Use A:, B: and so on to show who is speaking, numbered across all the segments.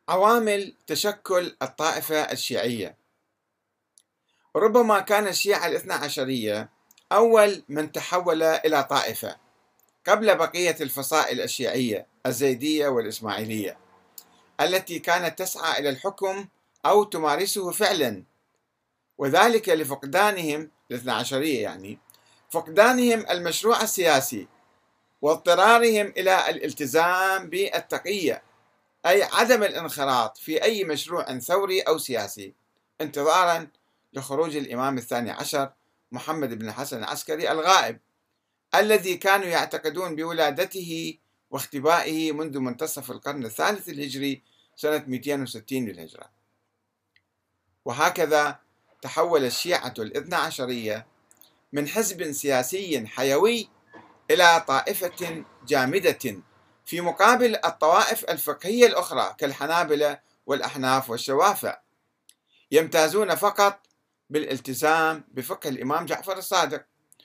A: عوامل تشكل الطائفة الشيعية. ربما كان الشيعة الاثنى عشرية أول من تحول إلى طائفة قبل بقية الفصائل الشيعية الزيدية والإسماعيلية التي كانت تسعى إلى الحكم أو تمارسه فعلا، وذلك لفقدانهم الاثنى عشرية فقدانهم المشروع السياسي واضطرارهم إلى الالتزام بالتقية، أي عدم الانخراط في أي مشروع ثوري أو سياسي انتظارا لخروج الإمام الثاني عشر محمد بن الحسن العسكري الغائب، الذي كانوا يعتقدون بولادته واختبائه منذ منتصف القرن الثالث الهجري سنة 260 للهجرة. وهكذا تحول الشيعة الاثنى عشرية من حزب سياسي حيوي إلى طائفة جامدة في مقابل الطوائف الفقهية الأخرى كالحنابلة والأحناف والشوافع، يمتازون فقط بالالتزام بفقه الإمام جعفر الصادق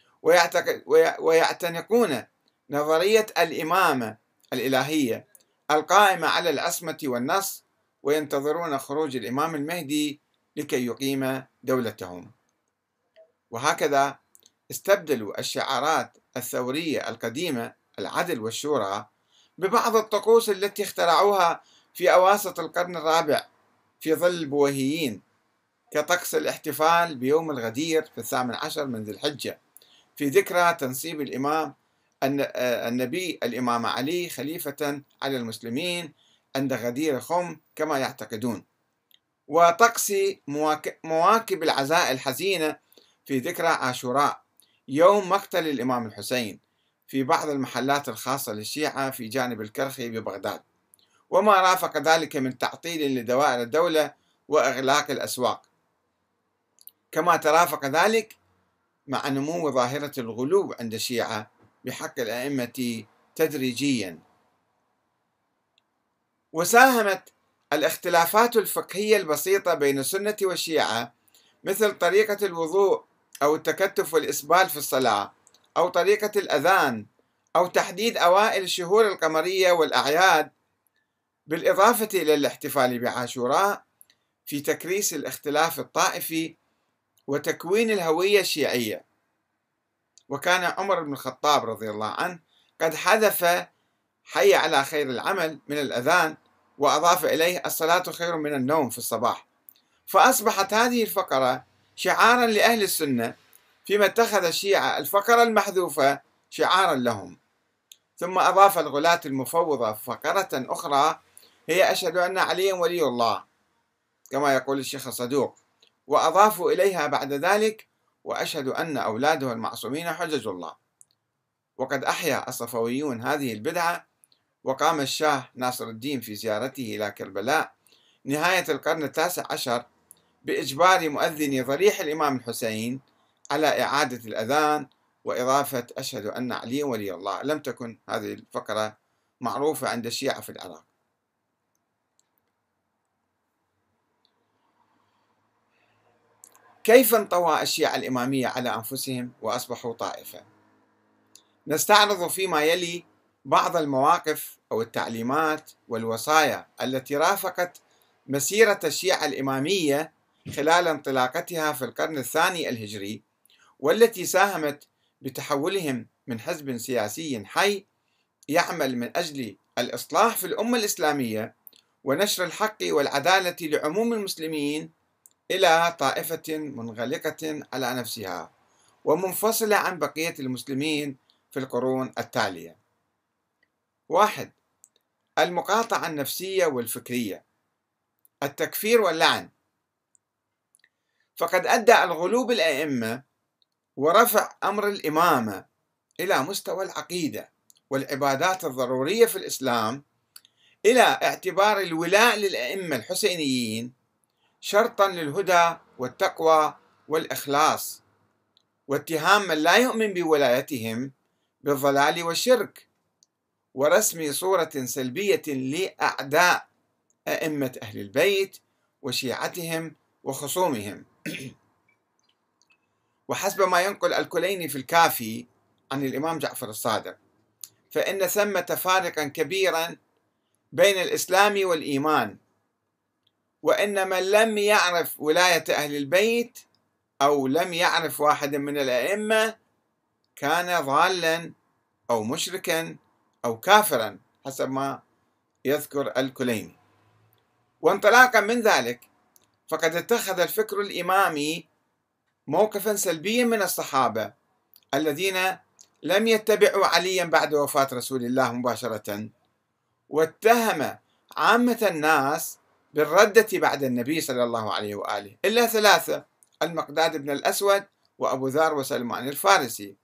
A: ويعتنقون نظرية الإمامة الإلهية القائمة على العصمة والنص، وينتظرون خروج الإمام المهدي لكي يقيم دولتهم. وهكذا استبدلوا الشعارات الثورية القديمة العدل والشورى ببعض الطقوس التي اخترعوها في أواسط القرن الرابع في ظل البويهيين، كطقس الاحتفال بيوم الغدير في 18 من ذي الحجة في ذكرى تنصيب الإمام النبي الإمام علي خليفة على المسلمين عند غدير خم كما يعتقدون، وطقس مواكب العزاء الحزينة في ذكرى عاشوراء يوم مقتل الإمام الحسين في بعض المحلات الخاصة للشيعة في جانب الكرخي ببغداد، وما رافق ذلك من تعطيل لدوائر الدولة وإغلاق الأسواق، كما ترافق ذلك مع نمو ظاهرة الغلو عند الشيعة بحق الأئمة تدريجيا. وساهمت الاختلافات الفقهية البسيطة بين السنة والشيعة مثل طريقة الوضوء أو التكتف والإسبال في الصلاة أو طريقة الأذان أو تحديد أوائل الشهور القمرية والأعياد، بالإضافة إلى الاحتفال بعاشوراء، في تكريس الاختلاف الطائفي وتكوين الهوية الشيعية. وكان عمر بن الخطاب رضي الله عنه قد حذف حي على خير العمل من الأذان وأضاف إليه الصلاة خير من النوم في الصباح، فأصبحت هذه الفقرة شعارا لأهل السنة، فيما اتخذ الشيعة الفقرة المحذوفة شعارا لهم. ثم أضاف الغلاة المفوضة فقرة أخرى هي أشهد أن عليا ولي الله كما يقول الشيخ الصدوق، وأضافوا إليها بعد ذلك وأشهد أن أولاده المعصومين حجج الله. وقد أحيا الصفويون هذه البدعة، وقام الشاه ناصر الدين في زيارته إلى كربلاء نهاية القرن التاسع عشر بإجبار مؤذن ضريح الإمام الحسين على إعادة الأذان وإضافة أشهد أن علي ولي الله. لم تكن هذه الفقرة معروفة عند الشيعة في العراق. كيف انطوى الشيعة الإمامية على أنفسهم وأصبحوا طائفة؟ نستعرض فيما يلي بعض المواقف أو التعليمات والوصايا التي رافقت مسيرة الشيعة الإمامية خلال انطلاقتها في القرن الثاني الهجري، والتي ساهمت بتحولهم من حزب سياسي حي يعمل من أجل الإصلاح في الأمة الإسلامية ونشر الحق والعدالة لعموم المسلمين إلى طائفة منغلقة على نفسها ومنفصلة عن بقية المسلمين في القرون التالية. 1. المقاطعة النفسية والفكرية، التكفير واللعن. فقد أدى الغلو بالأئمة ورفع أمر الإمامة إلى مستوى العقيدة والعبادات الضرورية في الإسلام إلى اعتبار الولاء للأئمة الحسينيين شرطا للهدى والتقوى والإخلاص، واتهام من لا يؤمن بولايتهم بالضلال والشرك، ورسم صورة سلبية لأعداء أئمة أهل البيت وشيعتهم وخصومهم. وحسب ما ينقل الكليني في الكافي عن الإمام جعفر الصادق، فإن ثمة فارقا كبيرا بين الإسلام والإيمان، وإن من لم يعرف ولاية أهل البيت أو لم يعرف واحدا من الأئمة كان ضالا أو مشركا أو كافرا حسب ما يذكر الكليني. وانطلاقا من ذلك فقد اتخذ الفكر الإمامي موقفا سلبيا من الصحابة الذين لم يتبعوا عليا بعد وفاة رسول الله مباشرة، واتهم عامة الناس بالردة بعد النبي صلى الله عليه وآله إلا ثلاثة: المقداد بن الأسود وأبو ذر وسلمان الفارسي.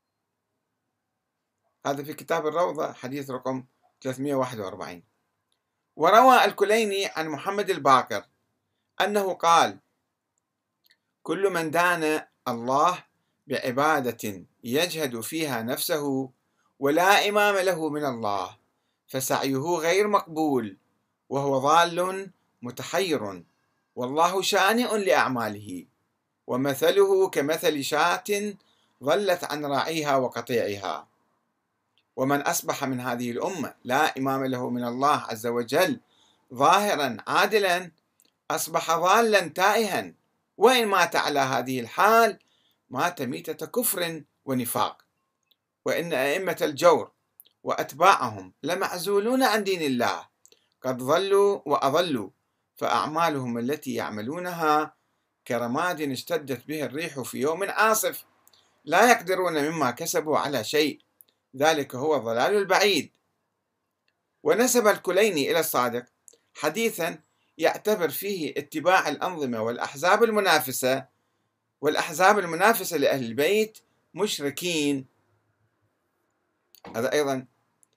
A: هذا في كتاب الروضة حديث رقم 341. وروى الكليني عن محمد الباقر أنه قال: كل من دان الله بعبادة يجهد فيها نفسه ولا إمام له من الله فسعيه غير مقبول وهو ضال متحير، والله شانئ لأعماله، ومثله كمثل شاة ضلت عن راعيها وقطيعها. ومن أصبح من هذه الأمة لا إمام له من الله عز وجل ظاهرا عادلا أصبح ضالا تائها، وإن مات على هذه الحال مات ميتة كفر ونفاق. وإن أئمة الجور وأتباعهم لمعزولون عن دين الله قد ضلوا وأضلوا، فأعمالهم التي يعملونها كرماد اشتدت به الريح في يوم عاصف، لا يقدرون مما كسبوا على شيء، ذلك هو الضلال البعيد. ونسب الكليني إلى الصادق حديثا يعتبر فيه اتباع الأنظمة والأحزاب المنافسة لأهل البيت مشركين. هذا أيضا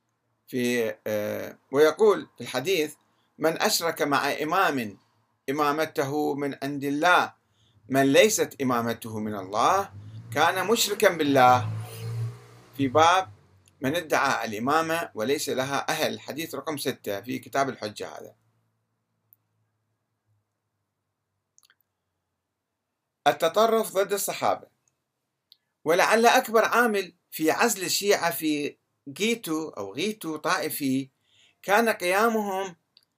A: ويقول في الحديث: من أشرك مع إمام إمامته من عند الله من ليست إمامته من الله كان مشركا بالله، في باب من ادعى الإمامة وليس لها أهل، حديث رقم 6 في كتاب الحجة. هذا التطرف ضد الصحابة، ولعل أكبر عامل في عزل الشيعة في غيتو طائفي كان قيامهم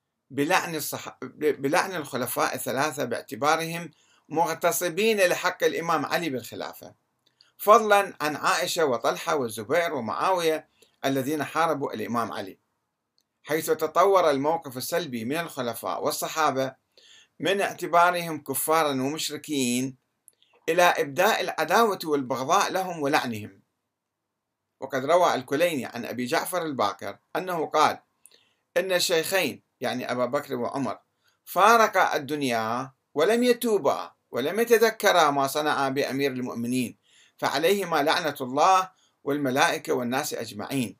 A: بلعن الخلفاء الثلاثة باعتبارهم مغتصبين لحق الإمام علي بالخلافة، فضلا عن عائشة وطلحة والزبير ومعاوية الذين حاربوا الإمام علي، حيث تطور الموقف السلبي من الخلفاء والصحابة من اعتبارهم كفارا ومشركين إلى إبداء العداوة والبغضاء لهم ولعنهم. وقد روى الكليني عن أبي جعفر الباقر أنه قال: إن الشيخين يعني أبا بكر وعمر فارقا الدنيا ولم يتوبا ولم يتذكرا ما صنعا بأمير المؤمنين، فعليهما لعنة الله والملائكة والناس أجمعين.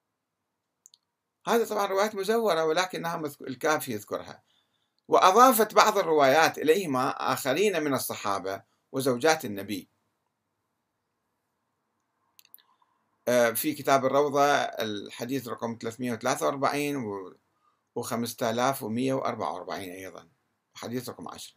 A: هذا طبعا روايات مزورة ولكنها الكافي يذكرها. وأضافت بعض الروايات إليهما آخرين من الصحابة وزوجات النبي. في كتاب الروضة الحديث رقم 343 و 5144 أيضا حديث رقم 10.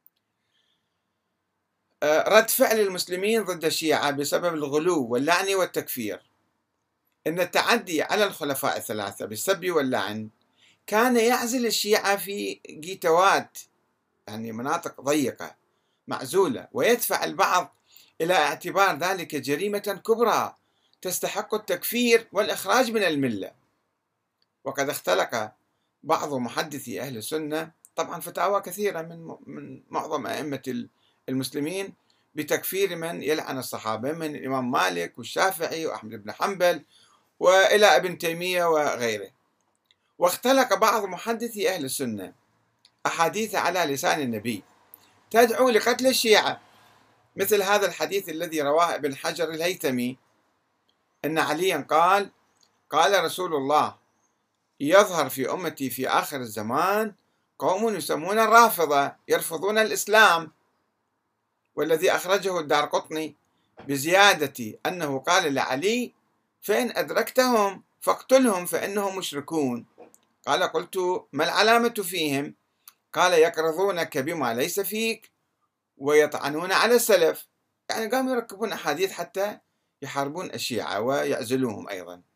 A: رد فعل المسلمين ضد الشيعة بسبب الغلو واللعن والتكفير. إن التعدي على الخلفاء الثلاثة بالسب واللعن كان يعزل الشيعة في جيتوات، يعني مناطق ضيقة معزولة، ويدفع البعض إلى اعتبار ذلك جريمة كبرى تستحق التكفير والإخراج من الملة. وقد اختلق بعض محدثي أهل السنة طبعا فتاوى كثيرة من معظم أئمة المسلمين بتكفير من يلعن الصحابة، من الإمام مالك والشافعي وأحمد بن حنبل وإلى ابن تيمية وغيره. واختلق بعض محدثي أهل السنة أحاديث على لسان النبي تدعو لقتل الشيعة، مثل هذا الحديث الذي رواه ابن حجر الهيثمي أن عليا قال: قال رسول الله: يظهر في أمتي في آخر الزمان قوم يسمون الرافضة يرفضون الإسلام. والذي أخرجه الدارقطني بزيادة أنه قال لعلي: فإن أدركتهم فاقتلهم فإنهم مشركون. قال: قلت: ما العلامة فيهم؟ قال: يقرضونك بما ليس فيك ويطعنون على السلف. يعني قاموا يركبون أحاديث حتى يحاربون الشيعة ويعزلوهم أيضا.